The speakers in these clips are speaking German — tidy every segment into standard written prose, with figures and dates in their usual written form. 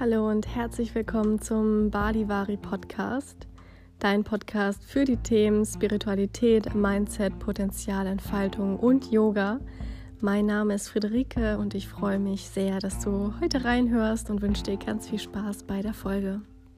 Hallo und herzlich willkommen zum Balivari Podcast, dein Podcast für die Themen Spiritualität, Mindset, Potenzialentfaltung und Yoga. Mein Name ist Friederike und ich freue mich sehr, dass du heute reinhörst und wünsche dir ganz viel Spaß bei der Folge.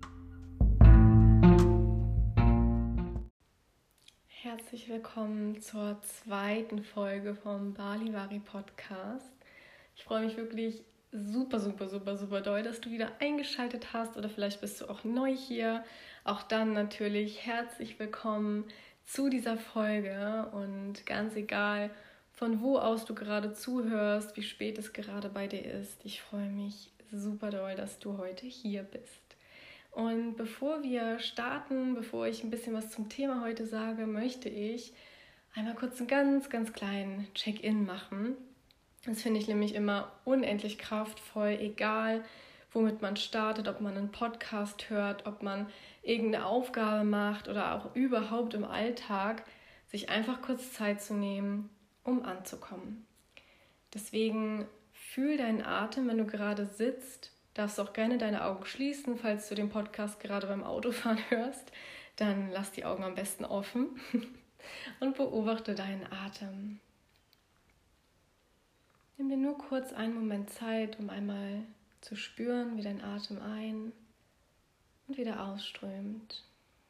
Herzlich willkommen zur zweiten Folge vom Balivari Podcast. Ich freue mich wirklich super doll, dass du wieder eingeschaltet hast oder vielleicht bist du auch neu hier. Auch dann natürlich herzlich willkommen zu dieser Folge und ganz egal, von wo aus du gerade zuhörst, wie spät es gerade bei dir ist. Ich freue mich super doll, dass du heute hier bist. Und bevor wir starten, bevor ich ein bisschen was zum Thema heute sage, möchte ich einmal kurz einen ganz kleinen Check-in machen. Das finde ich nämlich immer unendlich kraftvoll, egal womit man startet, ob man einen Podcast hört, ob man irgendeine Aufgabe macht oder auch überhaupt im Alltag, sich einfach kurz Zeit zu nehmen, um anzukommen. Deswegen fühl deinen Atem, wenn du gerade sitzt. Darfst auch gerne deine Augen schließen, falls du den Podcast gerade beim Autofahren hörst. Dann lass die Augen am besten offen und beobachte deinen Atem. Nimm dir nur kurz einen Moment Zeit, um einmal zu spüren, wie dein Atem ein- und wieder ausströmt.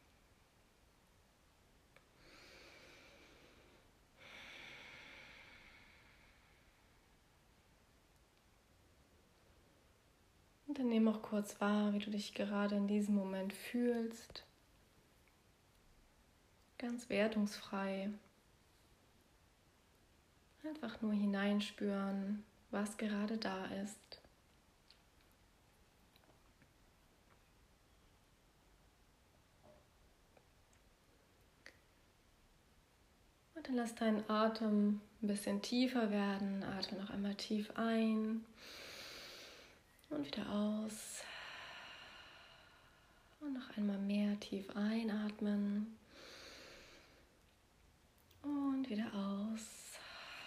Und dann nimm auch kurz wahr, wie du dich gerade in diesem Moment fühlst. Ganz wertungsfrei. Einfach nur hineinspüren, was gerade da ist. Und dann lass deinen Atem ein bisschen tiefer werden. Atme noch einmal tief ein und wieder aus. Und noch einmal mehr tief einatmen und wieder aus.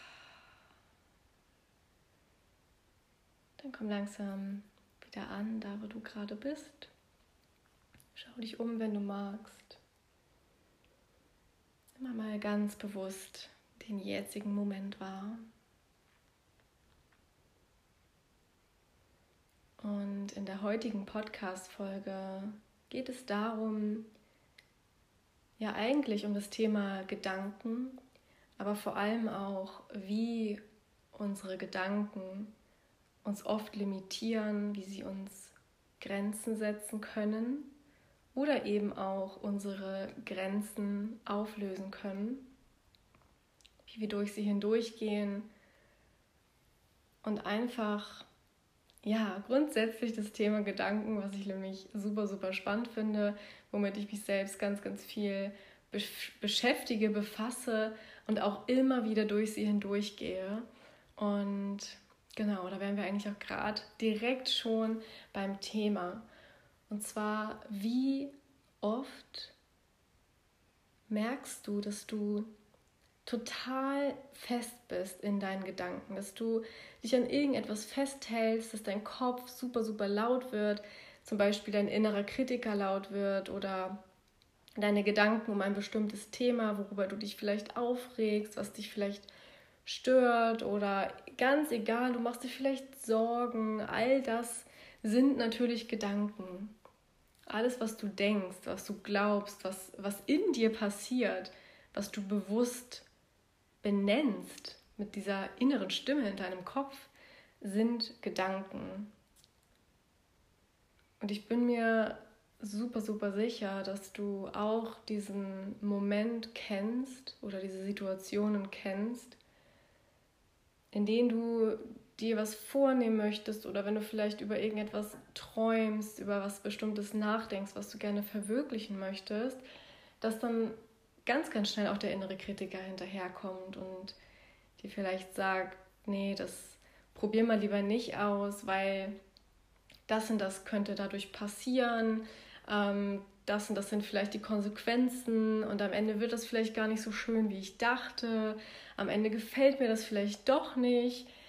Dann komm langsam wieder an, da wo du gerade bist. Schau dich um, wenn du magst. Nimm mal ganz bewusst den jetzigen Moment wahr. Und in der heutigen Podcast-Folge geht es darum, ja eigentlich um das Thema Gedanken, aber vor allem auch, wie unsere Gedanken uns oft limitieren, wie sie uns Grenzen setzen können oder eben auch unsere Grenzen auflösen können, wie wir durch sie hindurchgehen und einfach, ja, grundsätzlich das Thema Gedanken, was ich nämlich super spannend finde, womit ich mich selbst ganz viel beschäftige, befasse und auch immer wieder durch sie hindurchgehe. Und genau, da wären wir eigentlich auch gerade direkt schon beim Thema. Und zwar, wie oft merkst du, dass du total fest bist in deinen Gedanken, dass du dich an irgendetwas festhältst, dass dein Kopf super laut wird, zum Beispiel dein innerer Kritiker laut wird oder deine Gedanken um ein bestimmtes Thema, worüber du dich vielleicht aufregst, was dich vielleicht stört oder ganz egal, du machst dir vielleicht Sorgen, all das sind natürlich Gedanken. Alles, was du denkst, was du glaubst, was in dir passiert, was du bewusst benennst mit dieser inneren Stimme in deinem Kopf, sind Gedanken. Und ich bin mir super sicher, dass du auch diesen Moment kennst oder diese Situationen kennst, in denen du dir was vornehmen möchtest oder wenn du vielleicht über irgendetwas träumst, über was Bestimmtes nachdenkst, was du gerne verwirklichen möchtest, dass dann ganz schnell auch der innere Kritiker hinterherkommt und dir vielleicht sagt, nee, das probier mal lieber nicht aus, weil das und das könnte dadurch passieren, das und das sind vielleicht die Konsequenzen und am Ende wird das vielleicht gar nicht so schön, wie ich dachte, am Ende gefällt mir das vielleicht doch nicht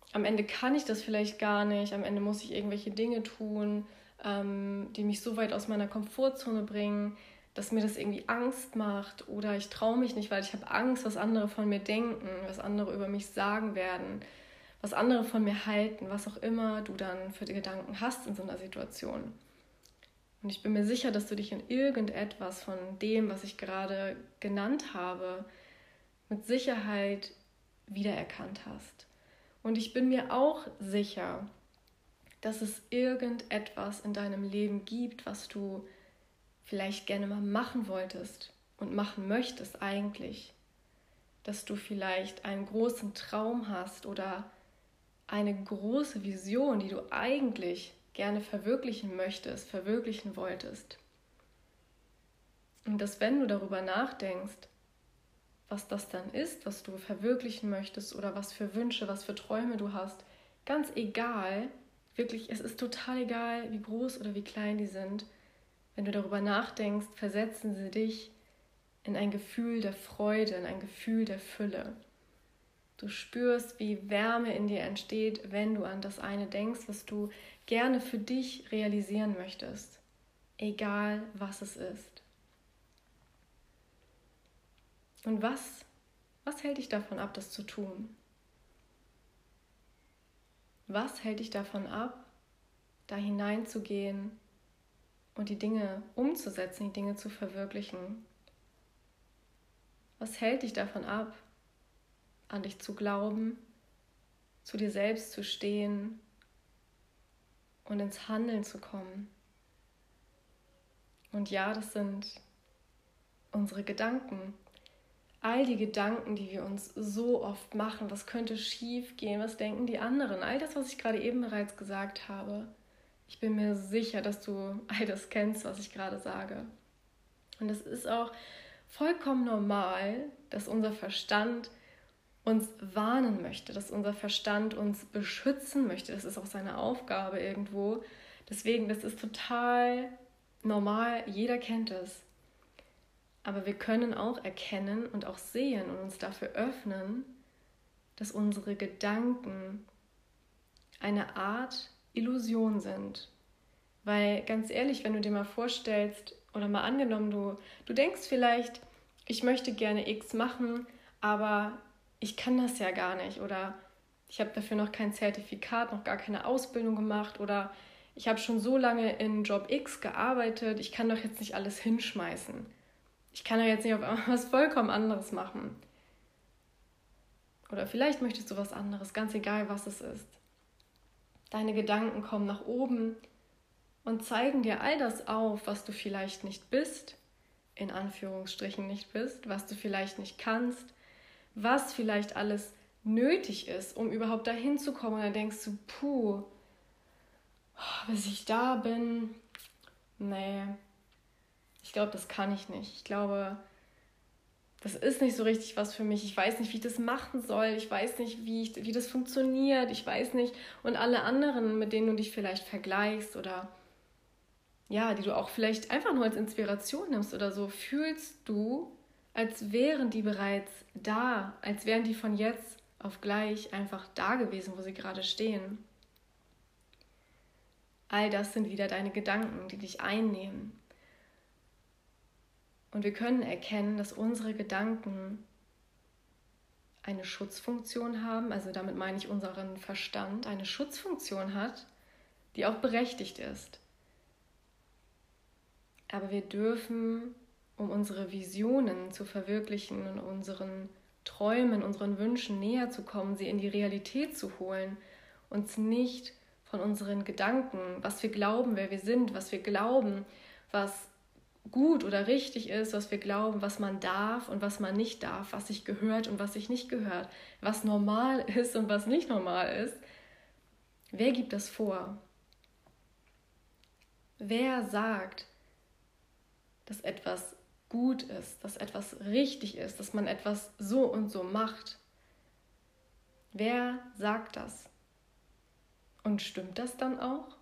am Ende kann ich das vielleicht gar nicht, am Ende muss ich irgendwelche Dinge tun, die mich so weit aus meiner Komfortzone bringen, dass mir das irgendwie Angst macht, oder ich traue mich nicht, weil ich habe Angst, was andere von mir denken, was andere über mich sagen werden, was andere von mir halten, was auch immer du dann für die Gedanken hast in so einer Situation. Und ich bin mir sicher, dass du dich in irgendetwas von dem, was ich gerade genannt habe, mit Sicherheit wiedererkannt hast. Und ich bin mir auch sicher, dass es irgendetwas in deinem Leben gibt, was du vielleicht gerne mal machen wolltest und machen möchtest eigentlich. Dass du vielleicht einen großen Traum hast oder eine große Vision, die du eigentlich gerne verwirklichen möchtest, verwirklichen wolltest. Und dass, wenn du darüber nachdenkst, was das dann ist, was du verwirklichen möchtest oder was für Wünsche, was für Träume du hast, ganz egal, wirklich, es ist total egal, wie groß oder wie klein die sind. Wenn du darüber nachdenkst, versetzen sie dich in ein Gefühl der Freude, in ein Gefühl der Fülle. Du spürst, wie Wärme in dir entsteht, wenn du an das eine denkst, was du gerne für dich realisieren möchtest, egal was es ist. Und was hält dich davon ab, das zu tun? Was hält dich davon ab, da hineinzugehen und die Dinge umzusetzen, die Dinge zu verwirklichen? Was hält dich davon ab, an dich zu glauben, zu dir selbst zu stehen und ins Handeln zu kommen? Und ja, das sind unsere Gedanken. All die Gedanken, die wir uns so oft machen, was könnte schief gehen, was denken die anderen, all das, was ich gerade eben bereits gesagt habe. Ich bin mir sicher, dass du all das kennst, was ich gerade sage. Und es ist auch vollkommen normal, dass unser Verstand uns warnen möchte, dass unser Verstand uns beschützen möchte. Das ist auch seine Aufgabe irgendwo. Deswegen, das ist total normal, jeder kennt es. Aber wir können auch erkennen und auch sehen und uns dafür öffnen, dass unsere Gedanken eine Art Illusion sind. Weil ganz ehrlich, wenn du dir mal vorstellst oder mal angenommen, du denkst vielleicht, ich möchte gerne X machen, aber ich kann das ja gar nicht, oder ich habe dafür noch kein Zertifikat, noch gar keine Ausbildung gemacht, oder ich habe schon so lange in Job X gearbeitet, ich kann doch jetzt nicht alles hinschmeißen. Ich kann ja jetzt nicht auf einmal was vollkommen anderes machen. Oder vielleicht möchtest du was anderes, ganz egal, was es ist. Deine Gedanken kommen nach oben und zeigen dir all das auf, was du vielleicht nicht bist, in Anführungsstrichen nicht bist, was du vielleicht nicht kannst, was vielleicht alles nötig ist, um überhaupt dahin zu kommen. Und dann denkst du, bis ich da bin, nee, ich glaube, das kann ich nicht. Ich glaube, das ist nicht so richtig was für mich. Ich weiß nicht, wie ich das machen soll. Ich weiß nicht, wie das funktioniert. Ich weiß nicht. Und alle anderen, mit denen du dich vielleicht vergleichst oder ja, die du auch vielleicht einfach nur als Inspiration nimmst oder so, fühlst du, als wären die bereits da, als wären die von jetzt auf gleich einfach da gewesen, wo sie gerade stehen. All das sind wieder deine Gedanken, die dich einnehmen. Und wir können erkennen, dass unsere Gedanken eine Schutzfunktion haben, also damit meine ich unseren Verstand, eine Schutzfunktion hat, die auch berechtigt ist. Aber wir dürfen, um unsere Visionen zu verwirklichen und unseren Träumen, unseren Wünschen näher zu kommen, sie in die Realität zu holen, uns nicht von unseren Gedanken, was wir glauben, wer wir sind, was wir glauben, was gut oder richtig ist, was wir glauben, was man darf und was man nicht darf, was sich gehört und was sich nicht gehört, was normal ist und was nicht normal ist. Wer gibt das vor? Wer sagt, dass etwas gut ist, dass etwas richtig ist, dass man etwas so und so macht? Wer sagt das? Und stimmt das dann auch?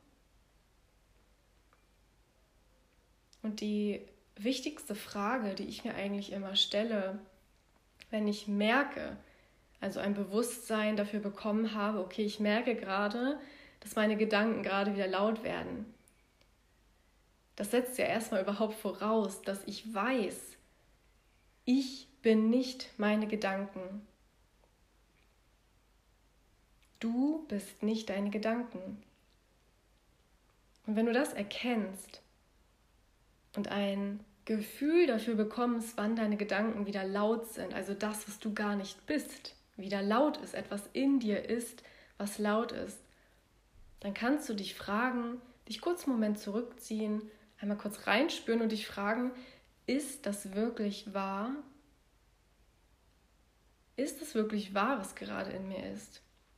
Und die wichtigste Frage, die ich mir eigentlich immer stelle, wenn ich merke, also ein Bewusstsein dafür bekommen habe, okay, ich merke gerade, dass meine Gedanken gerade wieder laut werden. Das setzt ja erstmal überhaupt voraus, dass ich weiß, ich bin nicht meine Gedanken. Du bist nicht deine Gedanken. Und wenn du das erkennst und ein Gefühl dafür bekommst, wann deine Gedanken wieder laut sind, also das, was du gar nicht bist, wieder laut ist, etwas in dir ist, was laut ist, dann kannst du dich fragen, dich kurz einen Moment zurückziehen, einmal kurz reinspüren und dich fragen, ist das wirklich wahr? Ist es wirklich wahr, was gerade in mir ist?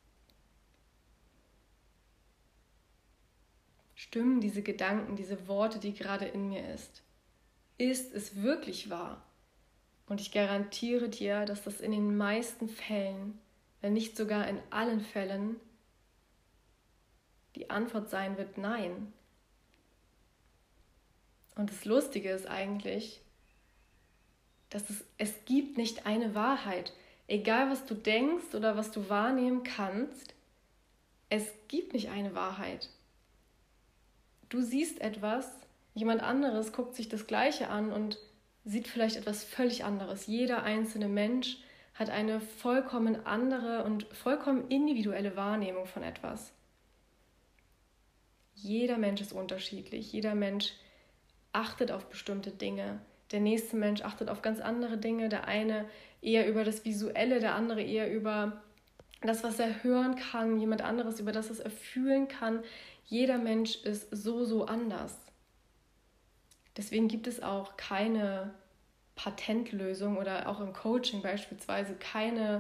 Stimmen diese Gedanken, diese Worte, die gerade in mir ist? Ist es wirklich wahr? Und ich garantiere dir, dass das in den meisten Fällen, wenn nicht sogar in allen Fällen, die Antwort sein wird nein. Und das Lustige ist eigentlich, dass es gibt nicht eine Wahrheit. Egal, was du denkst oder was du wahrnehmen kannst, es gibt nicht eine Wahrheit. Du siehst etwas, jemand anderes guckt sich das Gleiche an und sieht vielleicht etwas völlig anderes. Jeder einzelne Mensch hat eine vollkommen andere und vollkommen individuelle Wahrnehmung von etwas. Jeder Mensch ist unterschiedlich. Jeder Mensch achtet auf bestimmte Dinge. Der nächste Mensch achtet auf ganz andere Dinge. Der eine eher über das Visuelle, der andere eher über das, was er hören kann. Jemand anderes über das, was er fühlen kann. Jeder Mensch ist so anders. Deswegen gibt es auch keine Patentlösung oder auch im Coaching beispielsweise keine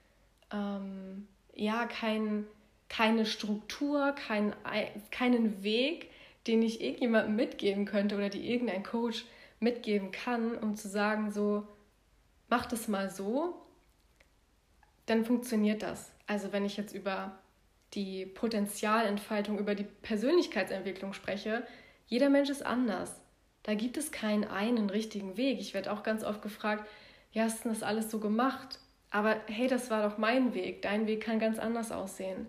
Struktur, keinen Weg, den ich irgendjemandem mitgeben könnte oder die irgendein Coach mitgeben kann, um zu sagen, so, mach das mal so, dann funktioniert das. Also wenn ich jetzt über die Potenzialentfaltung, über die Persönlichkeitsentwicklung spreche, jeder Mensch ist anders. Da gibt es keinen einen richtigen Weg. Ich werde auch ganz oft gefragt, wie hast du das alles so gemacht? Aber hey, das war doch mein Weg. Dein Weg kann ganz anders aussehen.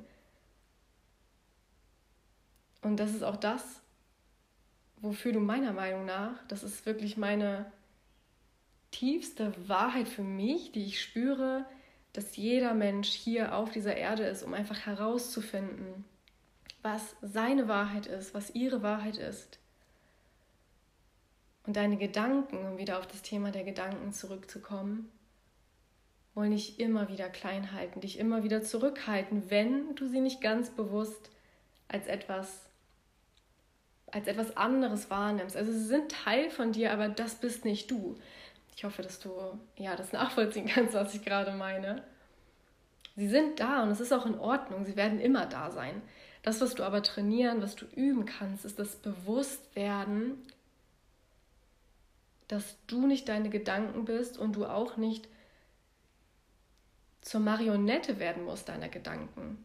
Und das ist auch das, wofür du meiner Meinung nach, das ist wirklich meine tiefste Wahrheit für mich, die ich spüre, dass jeder Mensch hier auf dieser Erde ist, um einfach herauszufinden, was seine Wahrheit ist, was ihre Wahrheit ist. Und deine Gedanken, um wieder auf das Thema der Gedanken zurückzukommen, wollen dich immer wieder klein halten, dich immer wieder zurückhalten, wenn du sie nicht ganz bewusst als etwas anderes wahrnimmst. Also sie sind Teil von dir, aber das bist nicht du. Ich hoffe, dass du das nachvollziehen kannst, was ich gerade meine. Sie sind da und es ist auch in Ordnung. Sie werden immer da sein. Das, was du aber trainieren, was du üben kannst, ist das Bewusstwerden, dass du nicht deine Gedanken bist und du auch nicht zur Marionette werden musst deiner Gedanken.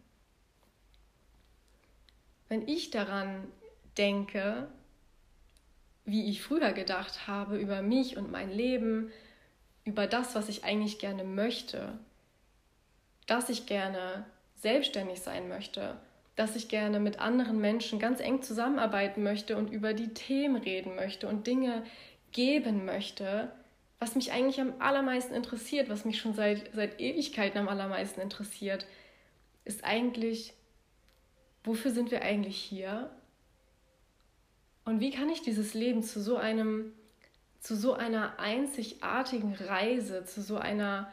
Wenn ich daran denke, wie ich früher gedacht habe über mich und mein Leben, über das, was ich eigentlich gerne möchte, dass ich gerne selbstständig sein möchte, dass ich gerne mit anderen Menschen ganz eng zusammenarbeiten möchte und über die Themen reden möchte und Dinge geben möchte, was mich eigentlich am allermeisten interessiert, was mich schon seit Ewigkeiten am allermeisten interessiert, ist eigentlich, wofür sind wir eigentlich hier? Und wie kann ich dieses Leben zu so einer einzigartigen Reise, zu so einem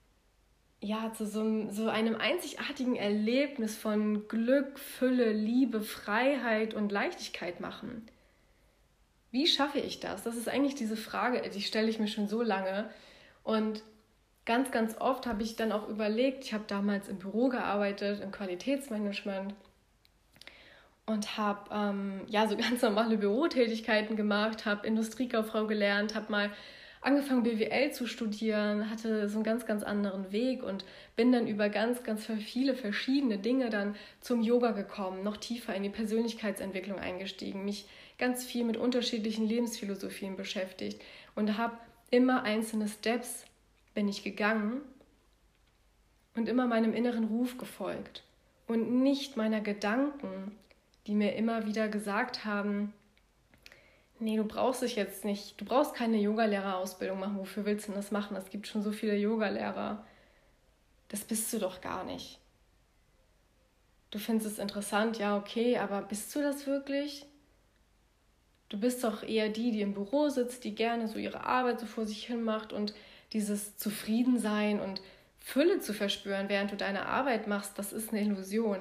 einzigartigen Erlebnis von Glück, Fülle, Liebe, Freiheit und Leichtigkeit machen? Wie schaffe ich das? Das ist eigentlich diese Frage, die stelle ich mir schon so lange. Und ganz, ganz oft habe ich dann auch überlegt, ich habe damals im Büro gearbeitet, im Qualitätsmanagement und habe so ganz normale Bürotätigkeiten gemacht, habe Industriekauffrau gelernt, habe mal angefangen BWL zu studieren, hatte so einen ganz, ganz anderen Weg und bin dann über ganz, ganz viele verschiedene Dinge dann zum Yoga gekommen, noch tiefer in die Persönlichkeitsentwicklung eingestiegen, mich ganz viel mit unterschiedlichen Lebensphilosophien beschäftigt und habe immer einzelne Steps bin ich gegangen und immer meinem inneren Ruf gefolgt und nicht meiner Gedanken, die mir immer wieder gesagt haben, nee, du brauchst dich jetzt nicht, du brauchst keine Yogalehrerausbildung machen, wofür willst du denn das machen? Es gibt schon so viele Yogalehrer. Das bist du doch gar nicht. Du findest es interessant, ja, okay, aber bist du das wirklich? Du bist doch eher die im Büro sitzt, die gerne so ihre Arbeit so vor sich hin macht und dieses Zufriedensein und Fülle zu verspüren, während du deine Arbeit machst, das ist eine Illusion.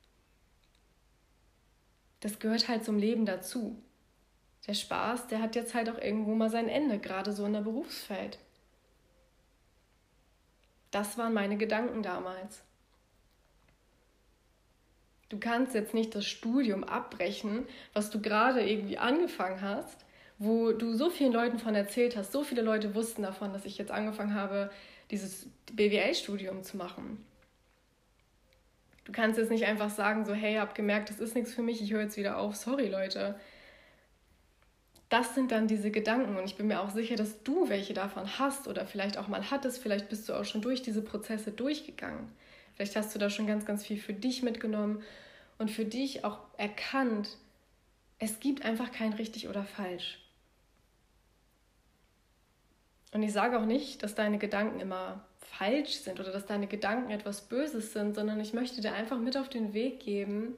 Das gehört halt zum Leben dazu. Der Spaß, der hat jetzt halt auch irgendwo mal sein Ende, gerade so in der Berufswelt. Das waren meine Gedanken damals. Du kannst jetzt nicht das Studium abbrechen, was du gerade irgendwie angefangen hast, wo du so vielen Leuten von erzählt hast. So viele Leute wussten davon, dass ich jetzt angefangen habe, dieses BWL-Studium zu machen. Du kannst jetzt nicht einfach sagen, so, hey, hab gemerkt, das ist nichts für mich, ich höre jetzt wieder auf. Sorry, Leute. Das sind dann diese Gedanken und ich bin mir auch sicher, dass du welche davon hast oder vielleicht auch mal hattest. Vielleicht bist du auch schon durch diese Prozesse durchgegangen. Vielleicht hast du da schon ganz, ganz viel für dich mitgenommen und für dich auch erkannt, es gibt einfach kein richtig oder falsch. Und ich sage auch nicht, dass deine Gedanken immer falsch sind oder dass deine Gedanken etwas Böses sind, sondern ich möchte dir einfach mit auf den Weg geben,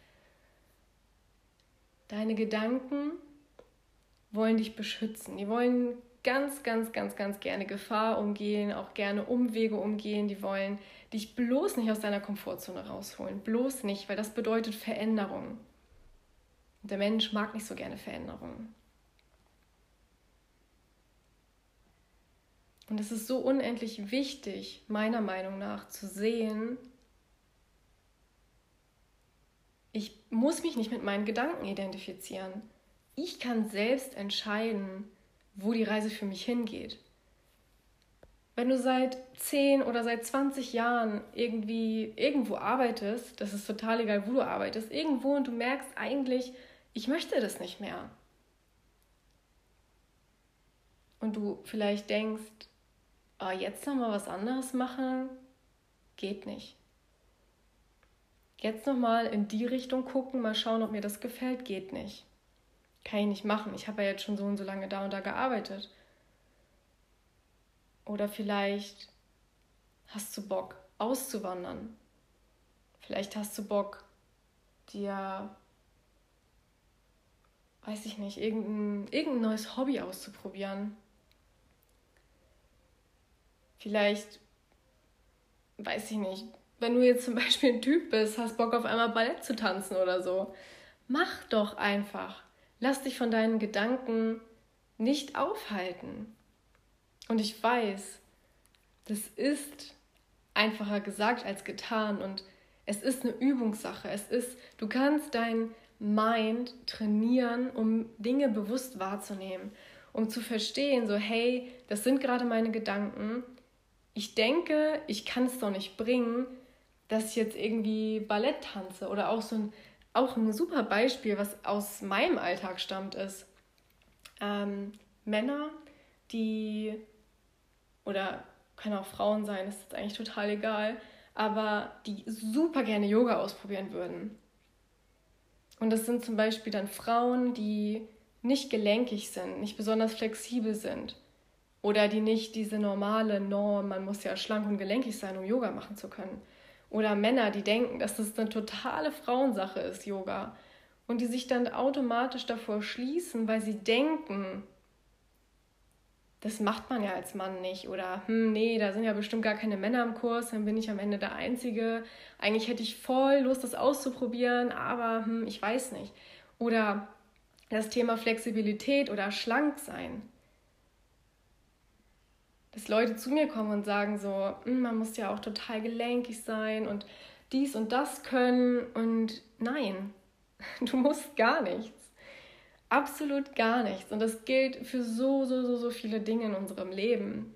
deine Gedanken wollen dich beschützen. Die wollen ganz, ganz, ganz, ganz gerne Gefahr umgehen, auch gerne Umwege umgehen. Die wollen dich bloß nicht aus deiner Komfortzone rausholen. Bloß nicht, weil das bedeutet Veränderung. Und der Mensch mag nicht so gerne Veränderung. Und es ist so unendlich wichtig, meiner Meinung nach, zu sehen, ich muss mich nicht mit meinen Gedanken identifizieren. Ich kann selbst entscheiden, wo die Reise für mich hingeht. Wenn du seit 10 oder seit 20 Jahren irgendwo arbeitest, das ist total egal, wo du arbeitest, irgendwo und du merkst eigentlich, ich möchte das nicht mehr. Und du vielleicht denkst, oh, jetzt noch mal was anderes machen, geht nicht. Jetzt noch mal in die Richtung gucken, mal schauen, ob mir das gefällt, geht nicht. Kann ich nicht machen. Ich habe ja jetzt schon so und so lange da und da gearbeitet. Oder vielleicht hast du Bock, auszuwandern. Vielleicht hast du Bock, dir, weiß ich nicht, irgendein neues Hobby auszuprobieren. Vielleicht, weiß ich nicht, wenn du jetzt zum Beispiel ein Typ bist, hast Bock auf einmal Ballett zu tanzen oder so. Mach doch einfach. Lass dich von deinen Gedanken nicht aufhalten. Und ich weiß, das ist einfacher gesagt als getan und es ist eine Übungssache. Du kannst dein Mind trainieren, um Dinge bewusst wahrzunehmen, um zu verstehen, so hey, das sind gerade meine Gedanken. Ich denke, ich kann es doch nicht bringen, dass ich jetzt irgendwie Ballett tanze oder auch ein super Beispiel, was aus meinem Alltag stammt, ist Männer, die, oder können auch Frauen sein, das ist eigentlich total egal, aber die super gerne Yoga ausprobieren würden. Und das sind zum Beispiel dann Frauen, die nicht gelenkig sind, nicht besonders flexibel sind oder die nicht diese normale Norm, man muss ja schlank und gelenkig sein, um Yoga machen zu können. Oder Männer, die denken, dass das eine totale Frauensache ist, Yoga. Und die sich dann automatisch davor schließen, weil sie denken, das macht man ja als Mann nicht. Oder, nee, da sind ja bestimmt gar keine Männer im Kurs, dann bin ich am Ende der Einzige. Eigentlich hätte ich voll Lust, das auszuprobieren, aber ich weiß nicht. Oder das Thema Flexibilität oder Schlanksein. Dass Leute zu mir kommen und sagen so, man muss ja auch total gelenkig sein und dies und das können. Und nein, du musst gar nichts. Absolut gar nichts. Und das gilt für so viele Dinge in unserem Leben.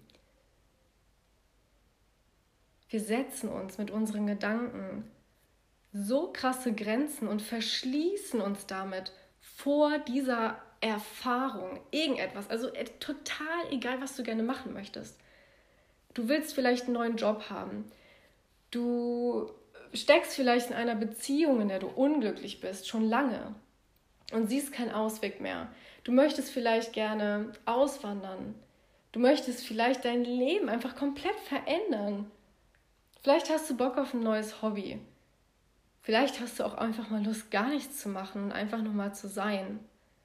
Wir setzen uns mit unseren Gedanken so krasse Grenzen und verschließen uns damit vor dieser Erfahrung, irgendetwas, also total egal, was du gerne machen möchtest. Du willst vielleicht einen neuen Job haben. Du steckst vielleicht in einer Beziehung, in der du unglücklich bist, schon lange und siehst keinen Ausweg mehr. Du möchtest vielleicht gerne auswandern. Du möchtest vielleicht dein Leben einfach komplett verändern. Vielleicht hast du Bock auf ein neues Hobby. Vielleicht hast du auch einfach mal Lust, gar nichts zu machen und einfach nur mal zu sein.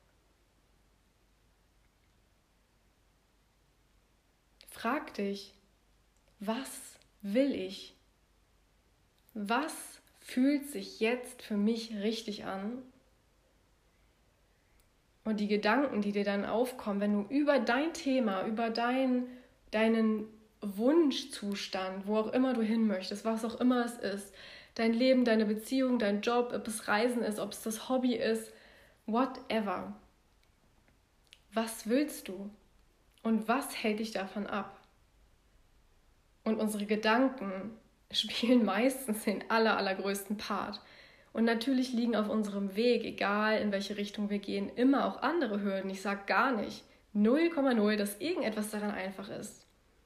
Frag dich, was will ich? Was fühlt sich jetzt für mich richtig an? Und die Gedanken, die dir dann aufkommen, wenn du über dein Thema, über deinen Wunschzustand, wo auch immer du hin möchtest, was auch immer es ist, dein Leben, deine Beziehung, dein Job, ob es Reisen ist, ob es das Hobby ist, whatever. Was willst du? Und was hält dich davon ab? Und unsere Gedanken spielen meistens den allergrößten Part. Und natürlich liegen auf unserem Weg, egal in welche Richtung wir gehen, immer auch andere Hürden. Ich sage gar nicht, 0,0, dass irgendetwas daran einfach ist.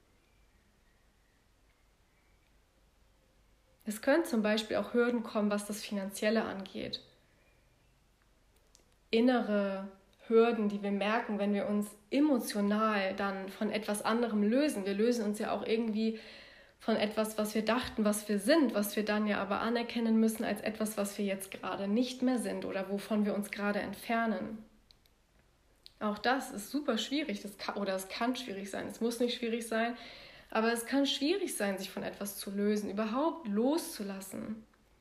Es können zum Beispiel auch Hürden kommen, was das Finanzielle angeht. Innere Hürden, die wir merken, wenn wir uns emotional dann von etwas anderem lösen. Wir lösen uns ja auch irgendwie von etwas, was wir dachten, was wir sind, was wir dann ja aber anerkennen müssen als etwas, was wir jetzt gerade nicht mehr sind oder wovon wir uns gerade entfernen. Auch das ist super schwierig, es kann schwierig sein, es muss nicht schwierig sein, aber es kann schwierig sein, sich von etwas zu lösen, überhaupt loszulassen.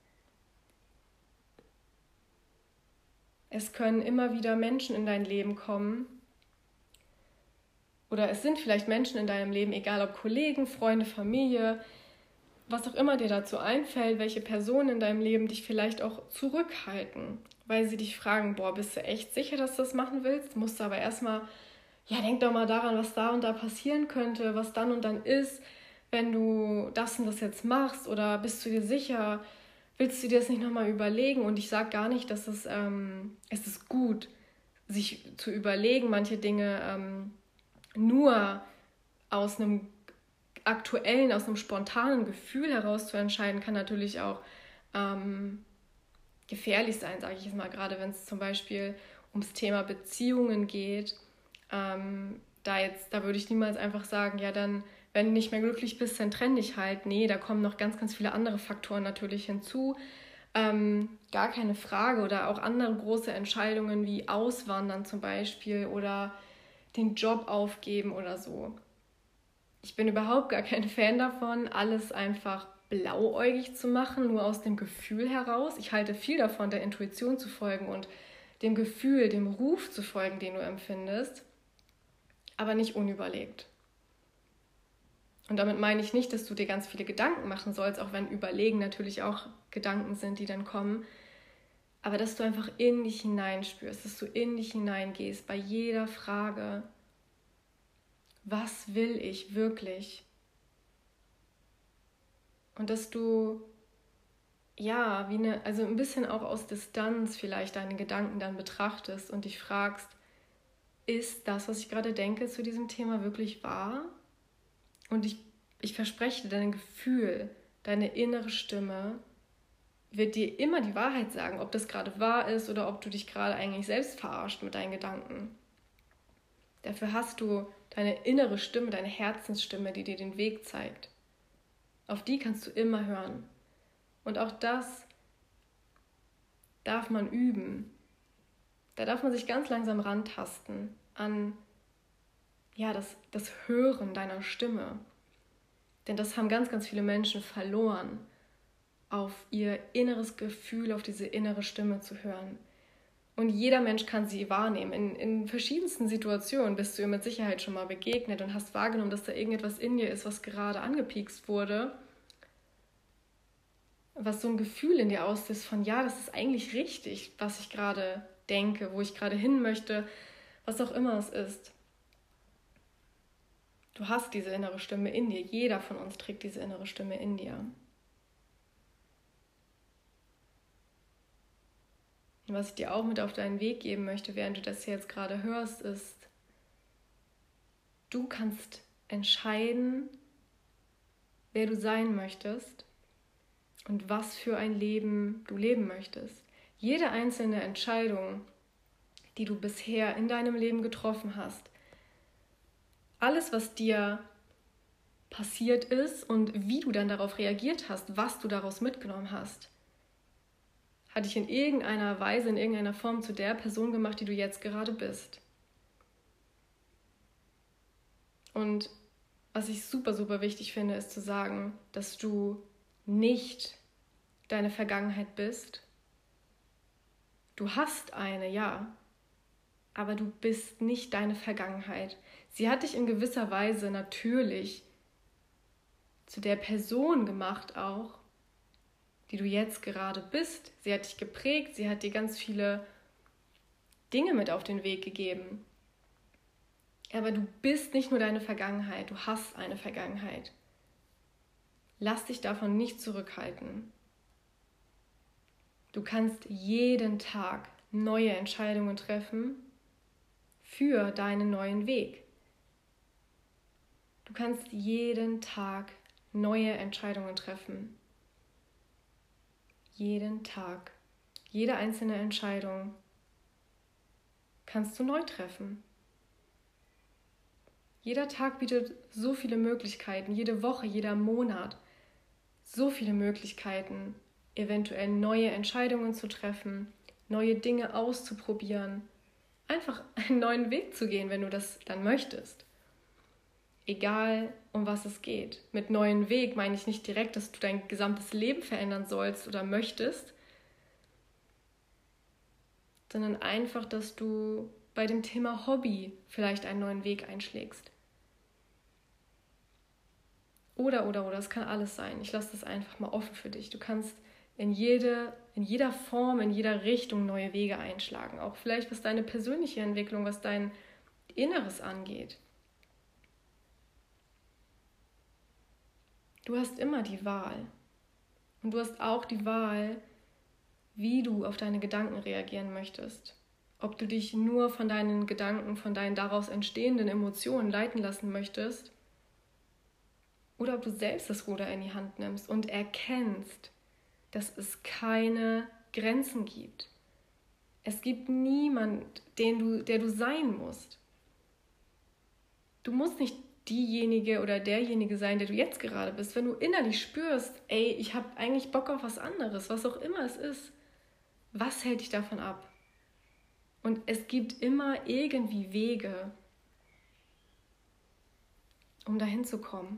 Es können immer wieder Menschen in dein Leben kommen, oder es sind vielleicht Menschen in deinem Leben, egal ob Kollegen, Freunde, Familie, was auch immer dir dazu einfällt, welche Personen in deinem Leben dich vielleicht auch zurückhalten, weil sie dich fragen, bist du echt sicher, dass du das machen willst? Musst du aber erstmal, denk doch mal daran, was da und da passieren könnte, was dann und dann ist, wenn du das und das jetzt machst, oder bist du dir sicher, willst du dir das nicht nochmal überlegen? Und ich sage gar nicht, dass es ist gut, sich zu überlegen, manche Dinge nur aus einem aktuellen, aus einem spontanen Gefühl heraus zu entscheiden, kann natürlich auch gefährlich sein, sage ich jetzt mal, gerade wenn es zum Beispiel ums Thema Beziehungen geht. Da würde ich niemals einfach sagen, ja dann, wenn du nicht mehr glücklich bist, dann trenn dich halt. Nee, da kommen noch ganz, ganz viele andere Faktoren natürlich hinzu. Gar keine Frage. Oder auch andere große Entscheidungen wie Auswandern zum Beispiel oder den Job aufgeben oder so. Ich bin überhaupt gar kein Fan davon, alles einfach blauäugig zu machen, nur aus dem Gefühl heraus. Ich halte viel davon, der Intuition zu folgen und dem Gefühl, dem Ruf zu folgen, den du empfindest, aber nicht unüberlegt. Und damit meine ich nicht, dass du dir ganz viele Gedanken machen sollst, auch wenn Überlegen natürlich auch Gedanken sind, die dann kommen, aber dass du einfach in dich hineinspürst, dass du in dich hineingehst bei jeder Frage, was will ich wirklich? Und dass du, also ein bisschen auch aus Distanz vielleicht deine Gedanken dann betrachtest und dich fragst, ist das, was ich gerade denke zu diesem Thema, wirklich wahr? Und ich verspreche dir, dein Gefühl, deine innere Stimme wird dir immer die Wahrheit sagen, ob das gerade wahr ist oder ob du dich gerade eigentlich selbst verarscht mit deinen Gedanken. Dafür hast du deine innere Stimme, deine Herzensstimme, die dir den Weg zeigt. Auf die kannst du immer hören. Und auch das darf man üben. Da darf man sich ganz langsam rantasten an das Hören deiner Stimme. Denn das haben ganz, ganz viele Menschen verloren, auf ihr inneres Gefühl, auf diese innere Stimme zu hören. Und jeder Mensch kann sie wahrnehmen. In verschiedensten Situationen bist du ihr mit Sicherheit schon mal begegnet und hast wahrgenommen, dass da irgendetwas in dir ist, was gerade angepiekst wurde, was so ein Gefühl in dir auslöst von, ja, das ist eigentlich richtig, was ich gerade denke, wo ich gerade hin möchte, was auch immer es ist. Du hast diese innere Stimme in dir. Jeder von uns trägt diese innere Stimme in dir. Und was ich dir auch mit auf deinen Weg geben möchte, während du das jetzt gerade hörst, ist, du kannst entscheiden, wer du sein möchtest. und was für ein Leben du leben möchtest. Jede einzelne Entscheidung, die du bisher in deinem Leben getroffen hast, alles, was dir passiert ist und wie du dann darauf reagiert hast, was du daraus mitgenommen hast, hat dich in irgendeiner Weise, in irgendeiner Form zu der Person gemacht, die du jetzt gerade bist. Und was ich super, super wichtig finde, ist zu sagen, dass du nicht deine Vergangenheit bist. Du hast eine, ja, aber du bist nicht deine Vergangenheit. Sie hat dich in gewisser Weise natürlich zu der Person gemacht auch, die du jetzt gerade bist. Sie hat dich geprägt, sie hat dir ganz viele Dinge mit auf den Weg gegeben. Aber du bist nicht nur deine Vergangenheit, du hast eine Vergangenheit. Lass dich davon nicht zurückhalten. Du kannst jeden Tag neue Entscheidungen treffen für deinen neuen Weg. Du kannst jeden Tag neue Entscheidungen treffen. Jeden Tag. Jede einzelne Entscheidung kannst du neu treffen. Jeder Tag bietet so viele Möglichkeiten, jede Woche, jeder Monat, so viele Möglichkeiten, eventuell neue Entscheidungen zu treffen, neue Dinge auszuprobieren, einfach einen neuen Weg zu gehen, wenn du das dann möchtest. Egal, um was es geht. Mit neuen Weg meine ich nicht direkt, dass du dein gesamtes Leben verändern sollst oder möchtest, sondern einfach, dass du bei dem Thema Hobby vielleicht einen neuen Weg einschlägst. Oder, es kann alles sein. Ich lasse das einfach mal offen für dich. Du kannst in jeder Form, in jeder Richtung neue Wege einschlagen. Auch vielleicht, was deine persönliche Entwicklung, was dein Inneres angeht. Du hast immer die Wahl. Und du hast auch die Wahl, wie du auf deine Gedanken reagieren möchtest. Ob du dich nur von deinen Gedanken, von deinen daraus entstehenden Emotionen leiten lassen möchtest oder ob du selbst das Ruder in die Hand nimmst und erkennst, dass es keine Grenzen gibt. Es gibt niemand, der du sein musst. Du musst nicht diejenige oder derjenige sein, der du jetzt gerade bist. Wenn du innerlich spürst, ey, ich habe eigentlich Bock auf was anderes, was auch immer es ist, was hält dich davon ab? Und es gibt immer irgendwie Wege, um dahin zu kommen.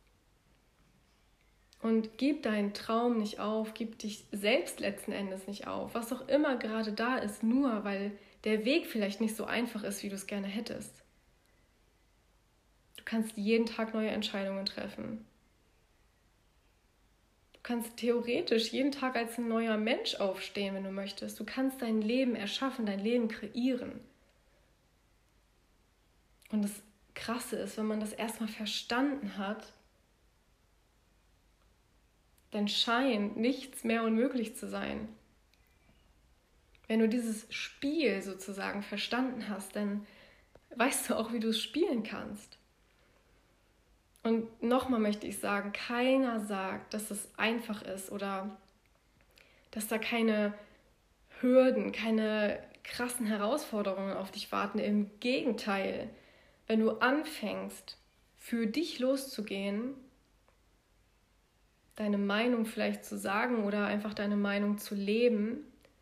Und gib deinen Traum nicht auf, gib dich selbst letzten Endes nicht auf, was auch immer gerade da ist, nur weil der Weg vielleicht nicht so einfach ist, wie du es gerne hättest. Du kannst jeden Tag neue Entscheidungen treffen. Du kannst theoretisch jeden Tag als ein neuer Mensch aufstehen, wenn du möchtest. Du kannst dein Leben erschaffen, dein Leben kreieren. Und das Krasse ist, wenn man das erstmal verstanden hat, dann scheint nichts mehr unmöglich zu sein. Wenn du dieses Spiel sozusagen verstanden hast, dann weißt du auch, wie du es spielen kannst. Und nochmal möchte ich sagen, keiner sagt, dass es einfach ist oder dass da keine Hürden, keine krassen Herausforderungen auf dich warten. Im Gegenteil, wenn du anfängst, für dich loszugehen, deine Meinung vielleicht zu sagen oder einfach deine Meinung zu leben,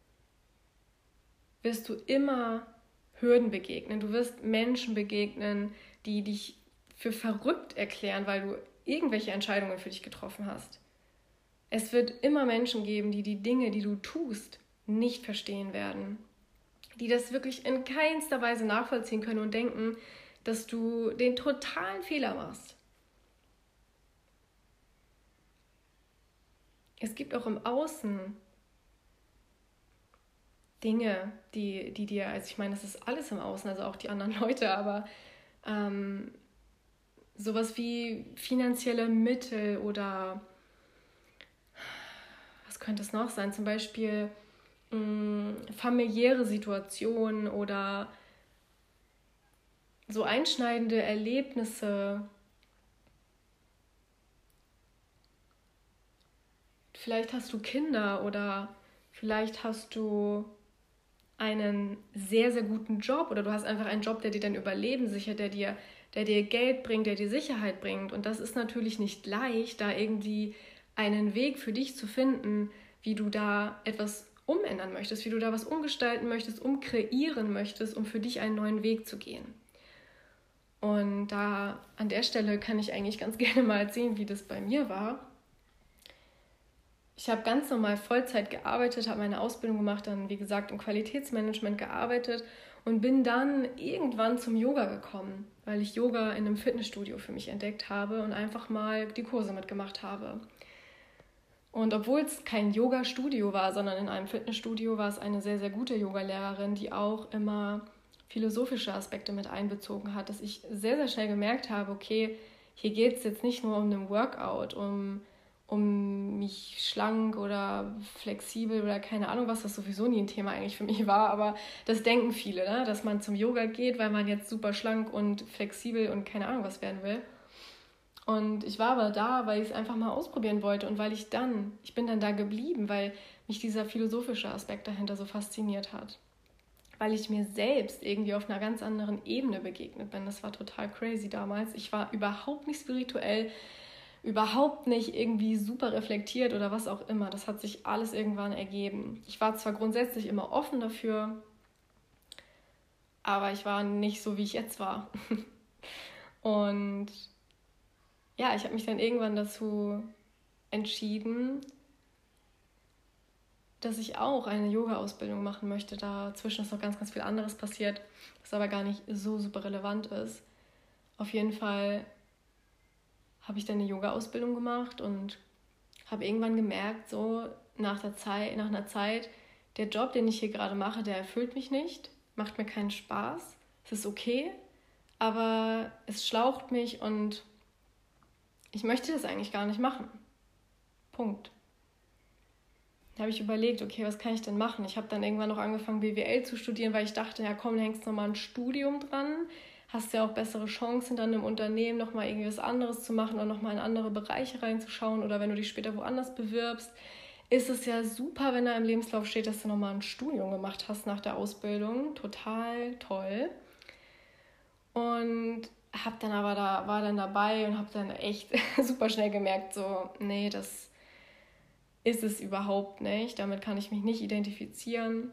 wirst du immer Hürden begegnen. Du wirst Menschen begegnen, die dich für verrückt erklären, weil du irgendwelche Entscheidungen für dich getroffen hast. Es wird immer Menschen geben, die die Dinge, die du tust, nicht verstehen werden. Die das wirklich in keinster Weise nachvollziehen können und denken, dass du den totalen Fehler machst. Es gibt auch im Außen Dinge, die dir, also ich meine, das ist alles im Außen, also auch die anderen Leute, aber sowas wie finanzielle Mittel oder was könnte es noch sein? Zum Beispiel familiäre Situationen oder so einschneidende Erlebnisse, vielleicht hast du Kinder oder vielleicht hast du einen sehr, sehr guten Job oder du hast einfach einen Job, der dir dein Überleben sichert, der dir Geld bringt, der dir Sicherheit bringt. Und das ist natürlich nicht leicht, da irgendwie einen Weg für dich zu finden, wie du da etwas umändern möchtest, wie du da was umgestalten möchtest, umkreieren möchtest, um für dich einen neuen Weg zu gehen. Und da an der Stelle kann ich eigentlich ganz gerne mal erzählen, wie das bei mir war. Ich habe ganz normal Vollzeit gearbeitet, habe meine Ausbildung gemacht, dann wie gesagt im Qualitätsmanagement gearbeitet und bin dann irgendwann zum Yoga gekommen, weil ich Yoga in einem Fitnessstudio für mich entdeckt habe und einfach mal die Kurse mitgemacht habe. Und obwohl es kein Yoga-Studio war, sondern in einem Fitnessstudio, war es eine sehr, sehr gute Yogalehrerin, die auch immer philosophische Aspekte mit einbezogen hat, dass ich sehr, sehr schnell gemerkt habe, okay, hier geht es jetzt nicht nur um einen Workout, um mich schlank oder flexibel oder keine Ahnung was, das sowieso nie ein Thema eigentlich für mich war, aber das denken viele, ne? Dass man zum Yoga geht, weil man jetzt super schlank und flexibel und keine Ahnung was werden will. Und ich war aber da, weil ich es einfach mal ausprobieren wollte und weil ich bin dann da geblieben, weil mich dieser philosophische Aspekt dahinter so fasziniert hat. Weil ich mir selbst irgendwie auf einer ganz anderen Ebene begegnet bin. Das war total crazy damals. Ich war überhaupt nicht spirituell, überhaupt nicht irgendwie super reflektiert oder was auch immer. Das hat sich alles irgendwann ergeben. Ich war zwar grundsätzlich immer offen dafür, aber ich war nicht so, wie ich jetzt war. Und ja, ich habe mich dann irgendwann dazu entschieden, dass ich auch eine Yoga-Ausbildung machen möchte. Dazwischen ist noch ganz, ganz viel anderes passiert, das aber gar nicht so super relevant ist. Auf jeden Fall habe ich dann eine Yoga-Ausbildung gemacht und habe irgendwann gemerkt, so nach einer Zeit, der Job, den ich hier gerade mache, der erfüllt mich nicht, macht mir keinen Spaß. Es ist okay, aber es schlaucht mich und ich möchte das eigentlich gar nicht machen. Punkt. Da habe ich überlegt, okay, was kann ich denn machen? Ich habe dann irgendwann noch angefangen, BWL zu studieren, weil ich dachte, ja komm, da hängst du nochmal ein Studium dran, hast ja auch bessere Chancen, dann im Unternehmen nochmal irgendwie was anderes zu machen oder nochmal in andere Bereiche reinzuschauen oder wenn du dich später woanders bewirbst, ist es ja super, wenn da im Lebenslauf steht, dass du nochmal ein Studium gemacht hast nach der Ausbildung. Total toll. Und war dann dabei und habe dann echt super schnell gemerkt, so, nee, das ist es überhaupt nicht. Damit kann ich mich nicht identifizieren.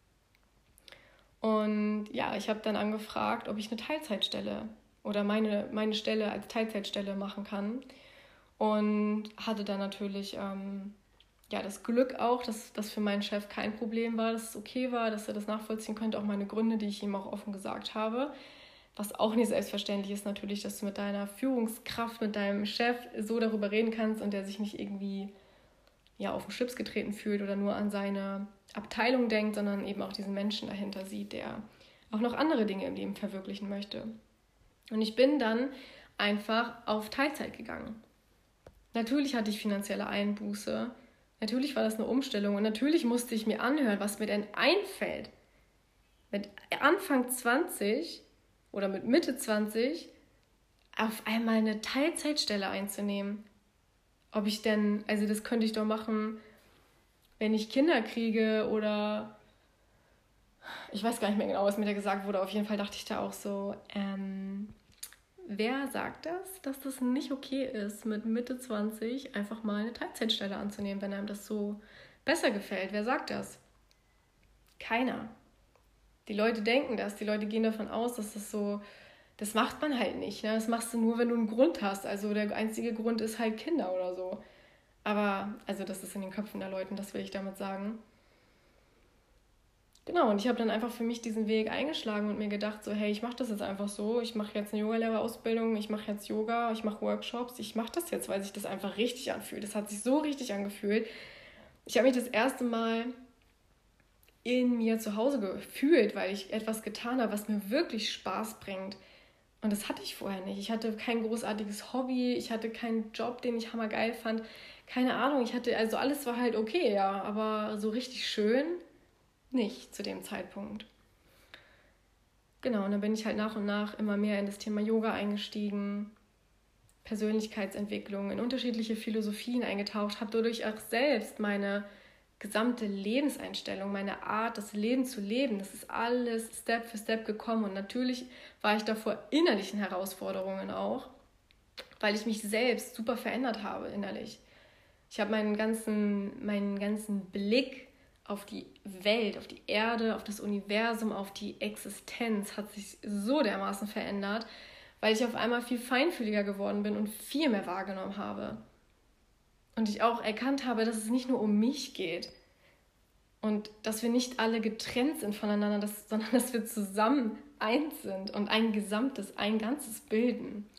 Und ja, ich habe dann angefragt, ob ich eine Teilzeitstelle oder meine Stelle als Teilzeitstelle machen kann. Und hatte dann natürlich das Glück auch, dass das für meinen Chef kein Problem war, dass es okay war, dass er das nachvollziehen könnte, auch meine Gründe, die ich ihm auch offen gesagt habe. Was auch nicht selbstverständlich ist natürlich, dass du mit deiner Führungskraft, mit deinem Chef so darüber reden kannst und der sich nicht irgendwie auf den Schlips getreten fühlt oder nur an seine Abteilung denkt, sondern eben auch diesen Menschen dahinter sieht, der auch noch andere Dinge im Leben verwirklichen möchte. Und ich bin dann einfach auf Teilzeit gegangen. Natürlich hatte ich finanzielle Einbuße, natürlich war das eine Umstellung und natürlich musste ich mir anhören, was mir denn einfällt, mit Anfang 20 oder mit Mitte 20 auf einmal eine Teilzeitstelle einzunehmen. Ob ich denn, also das könnte ich doch machen, wenn ich Kinder kriege oder ich weiß gar nicht mehr genau, was mir da gesagt wurde. Auf jeden Fall dachte ich da auch so, wer sagt das, dass das nicht okay ist, mit Mitte 20 einfach mal eine Teilzeitstelle anzunehmen, wenn einem das so besser gefällt? Wer sagt das? Keiner. Die Leute denken das, die Leute gehen davon aus, dass das so, das macht man halt nicht. Ne? Das machst du nur, wenn du einen Grund hast. Also der einzige Grund ist halt Kinder oder so. Aber, also das ist in den Köpfen der Leute, das will ich damit sagen. Genau, und ich habe dann einfach für mich diesen Weg eingeschlagen und mir gedacht, so, hey, ich mache das jetzt einfach so. Ich mache jetzt eine Yogalehrerausbildung, ich mache jetzt Yoga, ich mache Workshops. Ich mache das jetzt, weil sich das einfach richtig anfühlt. Das hat sich so richtig angefühlt. Ich habe mich das erste Mal in mir zu Hause gefühlt, weil ich etwas getan habe, was mir wirklich Spaß bringt. Und das hatte ich vorher nicht. Ich hatte kein großartiges Hobby, ich hatte keinen Job, den ich hammergeil fand. Keine Ahnung, also alles war halt okay, ja, aber so richtig schön nicht zu dem Zeitpunkt. Genau, und dann bin ich halt nach und nach immer mehr in das Thema Yoga eingestiegen. Persönlichkeitsentwicklung, in unterschiedliche Philosophien eingetaucht, habe dadurch auch selbst meine gesamte Lebenseinstellung, meine Art, das Leben zu leben, das ist alles Step für Step gekommen. Und natürlich war ich da vor innerlichen Herausforderungen auch, weil ich mich selbst super verändert habe innerlich. Ich habe meinen ganzen Blick auf die Welt, auf die Erde, auf das Universum, auf die Existenz hat sich so dermaßen verändert, weil ich auf einmal viel feinfühliger geworden bin und viel mehr wahrgenommen habe. Und ich auch erkannt habe, dass es nicht nur um mich geht und dass wir nicht alle getrennt sind voneinander, sondern dass wir zusammen eins sind und ein Ganzes bilden.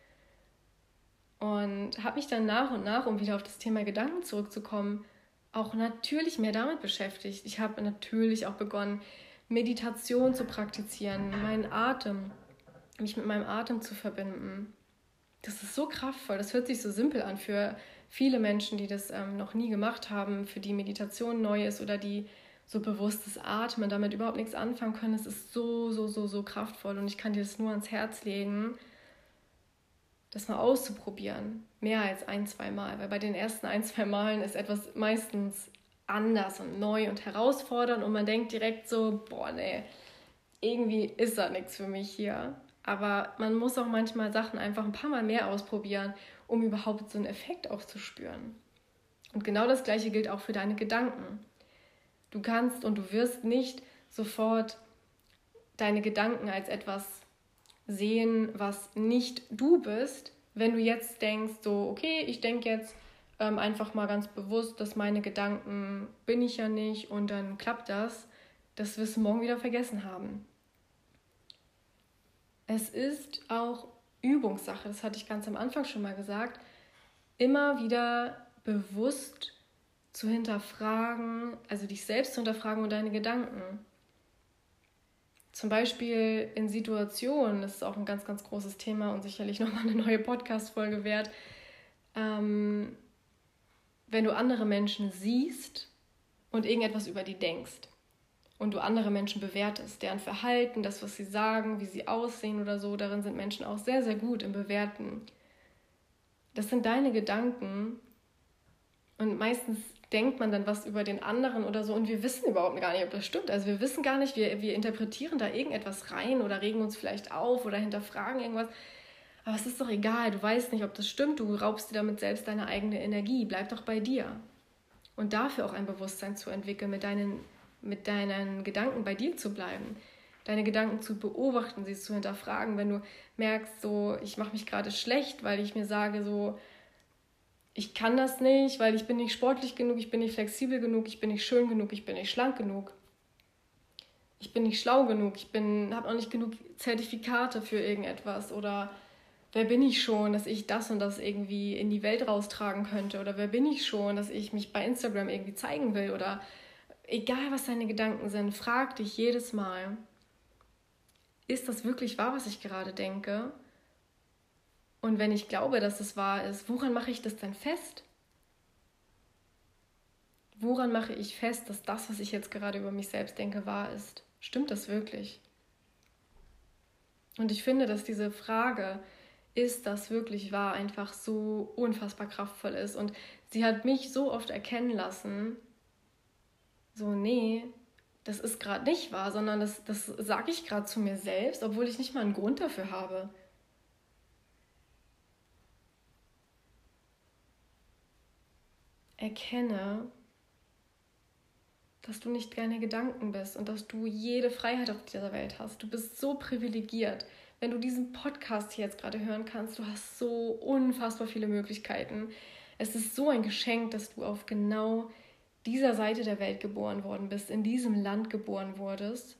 Und habe mich dann nach und nach, um wieder auf das Thema Gedanken zurückzukommen, auch natürlich mehr damit beschäftigt. Ich habe natürlich auch begonnen, Meditation zu praktizieren, mich mit meinem Atem zu verbinden. Das ist so kraftvoll, das hört sich so simpel an für viele Menschen, die das noch nie gemacht haben, für die Meditation neu ist oder die so bewusstes Atmen damit überhaupt nichts anfangen können. Es ist so kraftvoll und ich kann dir das nur ans Herz legen, das mal auszuprobieren. Mehr als 1-2 Mal, weil bei den ersten 1-2 Malen ist etwas meistens anders und neu und herausfordernd und man denkt direkt so, boah, nee, irgendwie ist das nichts für mich hier. Aber man muss auch manchmal Sachen einfach ein paar Mal mehr ausprobieren, um überhaupt so einen Effekt auch zu spüren. Und genau das Gleiche gilt auch für deine Gedanken. Du kannst und du wirst nicht sofort deine Gedanken als etwas sehen, was nicht du bist, wenn du jetzt denkst, so, okay, ich denke jetzt einfach mal ganz bewusst, dass meine Gedanken bin ich ja nicht und dann klappt das. Das wirst du morgen wieder vergessen haben. Es ist auch Übungssache, das hatte ich ganz am Anfang schon mal gesagt, immer wieder bewusst zu hinterfragen, also dich selbst zu hinterfragen und deine Gedanken. Zum Beispiel in Situationen, das ist auch ein ganz, ganz großes Thema und sicherlich nochmal eine neue Podcast-Folge wert, wenn du andere Menschen siehst und irgendetwas über die denkst und du andere Menschen bewertest, deren Verhalten, das, was sie sagen, wie sie aussehen oder so, darin sind Menschen auch sehr, sehr gut im Bewerten. Das sind deine Gedanken und meistens denkt man dann was über den anderen oder so und wir wissen überhaupt gar nicht, ob das stimmt. Also wir wissen gar nicht, wir interpretieren da irgendetwas rein oder regen uns vielleicht auf oder hinterfragen irgendwas. Aber es ist doch egal, du weißt nicht, ob das stimmt, du raubst dir damit selbst deine eigene Energie. Bleib doch bei dir. Und dafür auch ein Bewusstsein zu entwickeln, mit deinen Gedanken bei dir zu bleiben. Deine Gedanken zu beobachten, sie zu hinterfragen. Wenn du merkst, so, ich mache mich gerade schlecht, weil ich mir sage, so, ich kann das nicht, weil ich bin nicht sportlich genug, ich bin nicht flexibel genug, ich bin nicht schön genug, ich bin nicht schlank genug. Ich bin nicht schlau genug, habe auch nicht genug Zertifikate für irgendetwas oder wer bin ich schon, dass ich das und das irgendwie in die Welt raustragen könnte oder wer bin ich schon, dass ich mich bei Instagram irgendwie zeigen will oder egal, was deine Gedanken sind, frag dich jedes Mal, ist das wirklich wahr, was ich gerade denke? Und wenn ich glaube, dass es wahr ist, woran mache ich das denn fest? Woran mache ich fest, dass das, was ich jetzt gerade über mich selbst denke, wahr ist? Stimmt das wirklich? Und ich finde, dass diese Frage, ist das wirklich wahr, einfach so unfassbar kraftvoll ist. Und sie hat mich so oft erkennen lassen, so, nee, das ist gerade nicht wahr, sondern das sage ich gerade zu mir selbst, obwohl ich nicht mal einen Grund dafür habe. Erkenne, dass du nicht deine Gedanken bist und dass du jede Freiheit auf dieser Welt hast. Du bist so privilegiert. Wenn du diesen Podcast hier jetzt gerade hören kannst, du hast so unfassbar viele Möglichkeiten. Es ist so ein Geschenk, dass du auf genau dieser Seite der Welt geboren worden bist, in diesem Land geboren wurdest.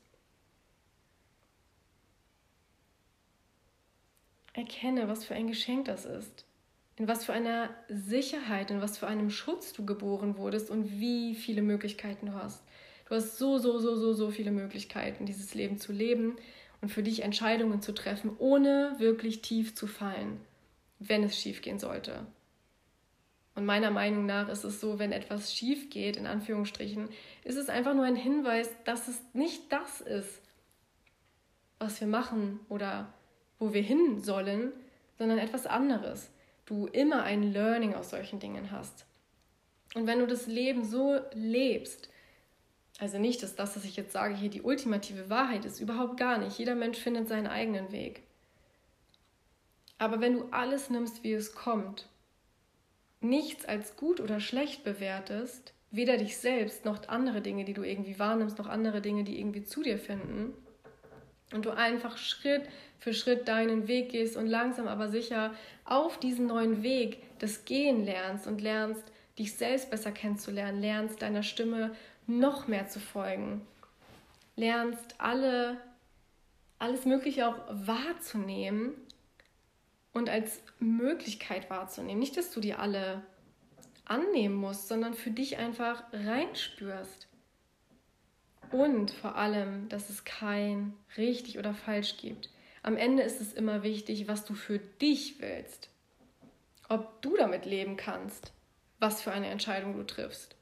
Erkenne, was für ein Geschenk das ist. In was für einer Sicherheit, in was für einem Schutz du geboren wurdest und wie viele Möglichkeiten du hast. Du hast so viele Möglichkeiten, dieses Leben zu leben und für dich Entscheidungen zu treffen, ohne wirklich tief zu fallen, wenn es schief gehen sollte. Und meiner Meinung nach ist es so, wenn etwas schief geht, in Anführungsstrichen, ist es einfach nur ein Hinweis, dass es nicht das ist, was wir machen oder wo wir hin sollen, sondern etwas anderes. du immer ein Learning aus solchen Dingen hast. Und wenn du das Leben so lebst, also nicht, dass das, was ich jetzt sage, hier die ultimative Wahrheit ist, überhaupt gar nicht. Jeder Mensch findet seinen eigenen Weg. Aber wenn du alles nimmst, wie es kommt, nichts als gut oder schlecht bewertest, weder dich selbst noch andere Dinge, die du irgendwie wahrnimmst, noch andere Dinge, die irgendwie zu dir finden, und du einfach Schritt für Schritt deinen Weg gehst und langsam aber sicher auf diesen neuen Weg das Gehen lernst und lernst, dich selbst besser kennenzulernen, lernst deiner Stimme noch mehr zu folgen, lernst alles Mögliche auch wahrzunehmen und als Möglichkeit wahrzunehmen. Nicht, dass du die alle annehmen musst, sondern für dich einfach reinspürst. Und vor allem, dass es kein richtig oder falsch gibt. Am Ende ist es immer wichtig, was du für dich willst. Ob du damit leben kannst, was für eine Entscheidung du triffst.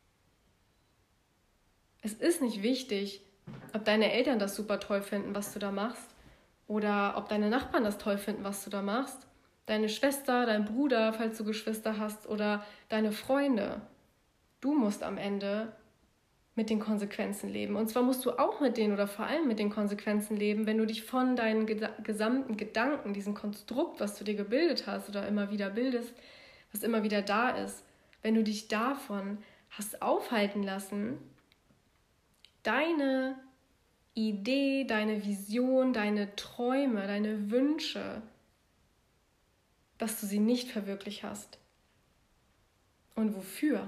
Es ist nicht wichtig, ob deine Eltern das super toll finden, was du da machst, oder ob deine Nachbarn das toll finden, was du da machst, deine Schwester, dein Bruder, falls du Geschwister hast, oder deine Freunde. Du musst am Ende mit den Konsequenzen leben. Und zwar musst du auch mit denen oder vor allem mit den Konsequenzen leben, wenn du dich von deinen gesamten Gedanken, diesem Konstrukt, was du dir gebildet hast oder immer wieder bildest, was immer wieder da ist, wenn du dich davon hast aufhalten lassen, deine Idee, deine Vision, deine Träume, deine Wünsche, dass du sie nicht verwirklicht hast. Und wofür?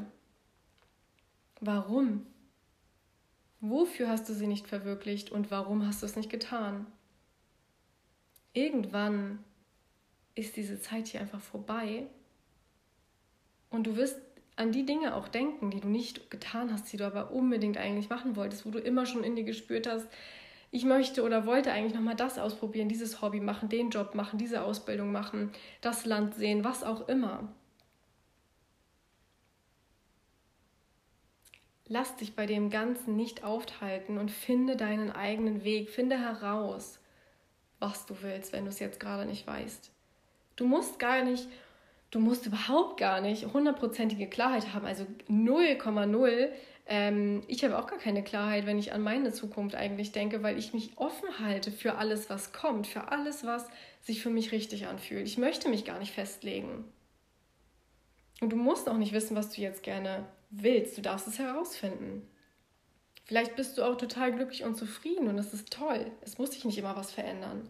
Warum? Wofür hast du sie nicht verwirklicht und warum hast du es nicht getan? Irgendwann ist diese Zeit hier einfach vorbei und du wirst an die Dinge auch denken, die du nicht getan hast, die du aber unbedingt eigentlich machen wolltest, wo du immer schon in dir gespürt hast, ich möchte oder wollte eigentlich nochmal das ausprobieren, dieses Hobby machen, den Job machen, diese Ausbildung machen, das Land sehen, was auch immer. Lass dich bei dem Ganzen nicht aufhalten und finde deinen eigenen Weg, finde heraus, was du willst, wenn du es jetzt gerade nicht weißt. Du musst überhaupt gar nicht 100%ige Klarheit haben, also 0,0. Ich habe auch gar keine Klarheit, wenn ich an meine Zukunft eigentlich denke, weil ich mich offen halte für alles, was kommt, für alles, was sich für mich richtig anfühlt. Ich möchte mich gar nicht festlegen. Und du musst auch nicht wissen, was du jetzt gerne willst. Du darfst es herausfinden. Vielleicht bist du auch total glücklich und zufrieden und das ist toll. Es muss sich nicht immer was verändern.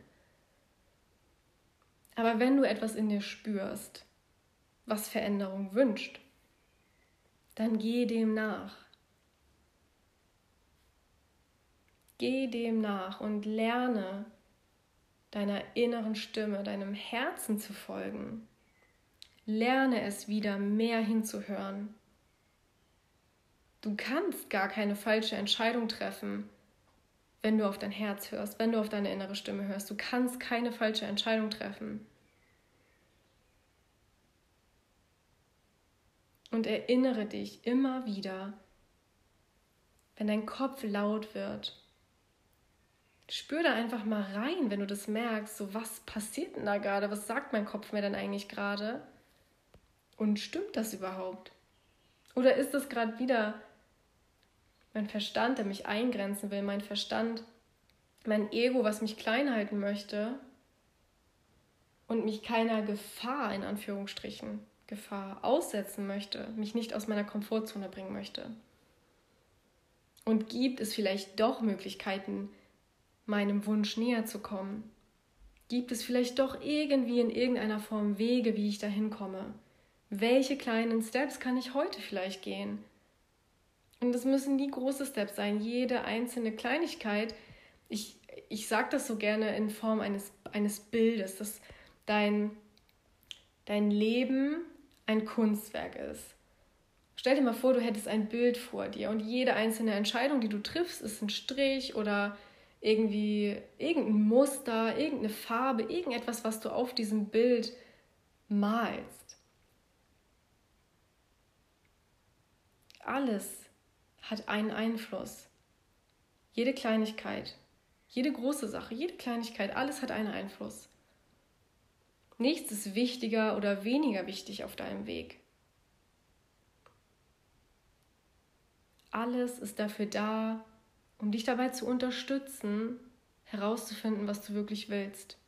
Aber wenn du etwas in dir spürst, was Veränderung wünscht, dann geh dem nach. Geh dem nach und lerne deiner inneren Stimme, deinem Herzen zu folgen. Lerne es wieder mehr hinzuhören. Du kannst gar keine falsche Entscheidung treffen, wenn du auf dein Herz hörst, wenn du auf deine innere Stimme hörst. Du kannst keine falsche Entscheidung treffen. Und erinnere dich immer wieder, wenn dein Kopf laut wird, spür da einfach mal rein, wenn du das merkst, so was passiert denn da gerade, was sagt mein Kopf mir denn eigentlich gerade? Und stimmt das überhaupt? Oder ist das gerade wieder mein Verstand, der mich eingrenzen will, mein Verstand, mein Ego, was mich klein halten möchte und mich keiner Gefahr, in Anführungsstrichen, Gefahr aussetzen möchte, mich nicht aus meiner Komfortzone bringen möchte? Und gibt es vielleicht doch Möglichkeiten, meinem Wunsch näher zu kommen? Gibt es vielleicht doch irgendwie in irgendeiner Form Wege, wie ich dahin komme? Welche kleinen Steps kann ich heute vielleicht gehen? Und es müssen nie große Steps sein, jede einzelne Kleinigkeit. Ich sage das so gerne in Form eines Bildes, dass dein Leben ein Kunstwerk ist. Stell dir mal vor, du hättest ein Bild vor dir und jede einzelne Entscheidung, die du triffst, ist ein Strich oder irgendwie irgendein Muster, irgendeine Farbe, irgendetwas, was du auf diesem Bild malst. Alles hat einen Einfluss. Jede Kleinigkeit, jede große Sache, jede Kleinigkeit, alles hat einen Einfluss. Nichts ist wichtiger oder weniger wichtig auf deinem Weg. Alles ist dafür da, um dich dabei zu unterstützen, herauszufinden, was du wirklich willst.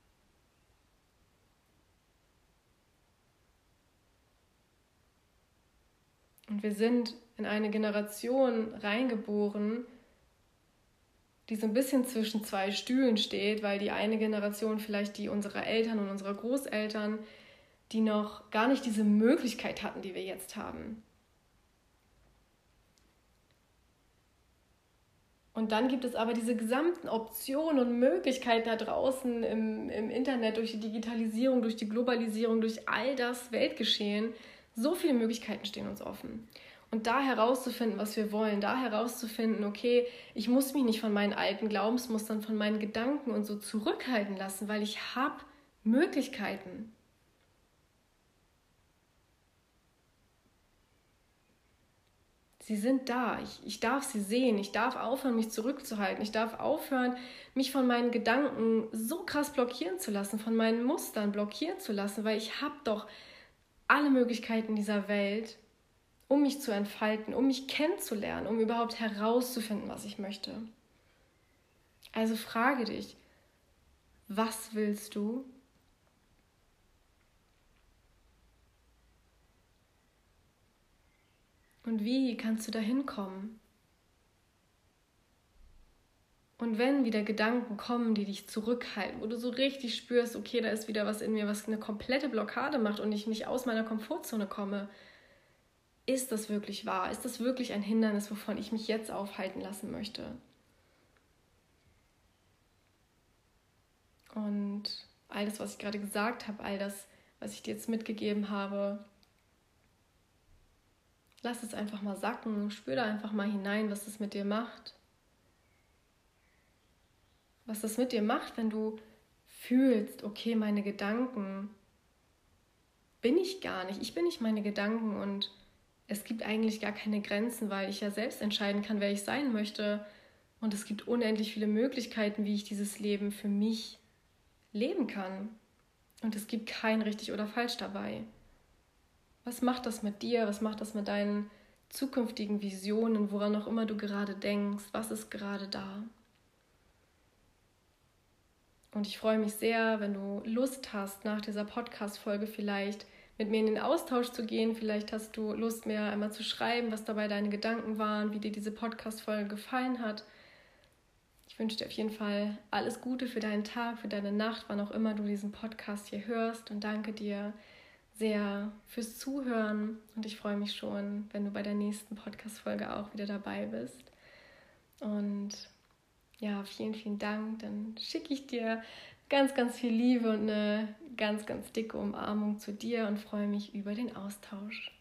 Und wir sind in eine Generation reingeboren, die so ein bisschen zwischen zwei Stühlen steht, weil die eine Generation vielleicht die unserer Eltern und unserer Großeltern, die noch gar nicht diese Möglichkeit hatten, die wir jetzt haben. Und dann gibt es aber diese gesamten Optionen und Möglichkeiten da draußen im Internet, durch die Digitalisierung, durch die Globalisierung, durch all das Weltgeschehen. So viele Möglichkeiten stehen uns offen. Und da herauszufinden, was wir wollen, da herauszufinden, okay, ich muss mich nicht von meinen alten Glaubensmustern, von meinen Gedanken und so zurückhalten lassen, weil ich habe Möglichkeiten. Sie sind da. Ich darf sie sehen. Ich darf aufhören, mich zurückzuhalten. Ich darf aufhören, mich von meinen Gedanken so krass blockieren zu lassen, von meinen Mustern blockieren zu lassen, weil ich habe doch alle Möglichkeiten dieser Welt, um mich zu entfalten, um mich kennenzulernen, um überhaupt herauszufinden, was ich möchte. Also frage dich, was willst du? Und wie kannst du dahin kommen? Und wenn wieder Gedanken kommen, die dich zurückhalten, wo du so richtig spürst, okay, da ist wieder was in mir, was eine komplette Blockade macht und ich nicht aus meiner Komfortzone komme, ist das wirklich wahr? Ist das wirklich ein Hindernis, wovon ich mich jetzt aufhalten lassen möchte? Und all das, was ich gerade gesagt habe, all das, was ich dir jetzt mitgegeben habe, lass es einfach mal sacken, spür da einfach mal hinein, was das mit dir macht. Was das mit dir macht, wenn du fühlst, okay, meine Gedanken bin ich gar nicht. Ich bin nicht meine Gedanken und es gibt eigentlich gar keine Grenzen, weil ich ja selbst entscheiden kann, wer ich sein möchte. Und es gibt unendlich viele Möglichkeiten, wie ich dieses Leben für mich leben kann. Und es gibt kein richtig oder falsch dabei. Was macht das mit dir? Was macht das mit deinen zukünftigen Visionen, woran auch immer du gerade denkst? Was ist gerade da? Und ich freue mich sehr, wenn du Lust hast, nach dieser Podcast-Folge vielleicht mit mir in den Austausch zu gehen. Vielleicht hast du Lust, mir einmal zu schreiben, was dabei deine Gedanken waren, wie dir diese Podcast-Folge gefallen hat. Ich wünsche dir auf jeden Fall alles Gute für deinen Tag, für deine Nacht, wann auch immer du diesen Podcast hier hörst. Und danke dir sehr fürs Zuhören. Und ich freue mich schon, wenn du bei der nächsten Podcast-Folge auch wieder dabei bist. Und ja, vielen, vielen Dank. Dann schicke ich dir ganz, ganz viel Liebe und eine ganz, ganz dicke Umarmung zu dir und freue mich über den Austausch.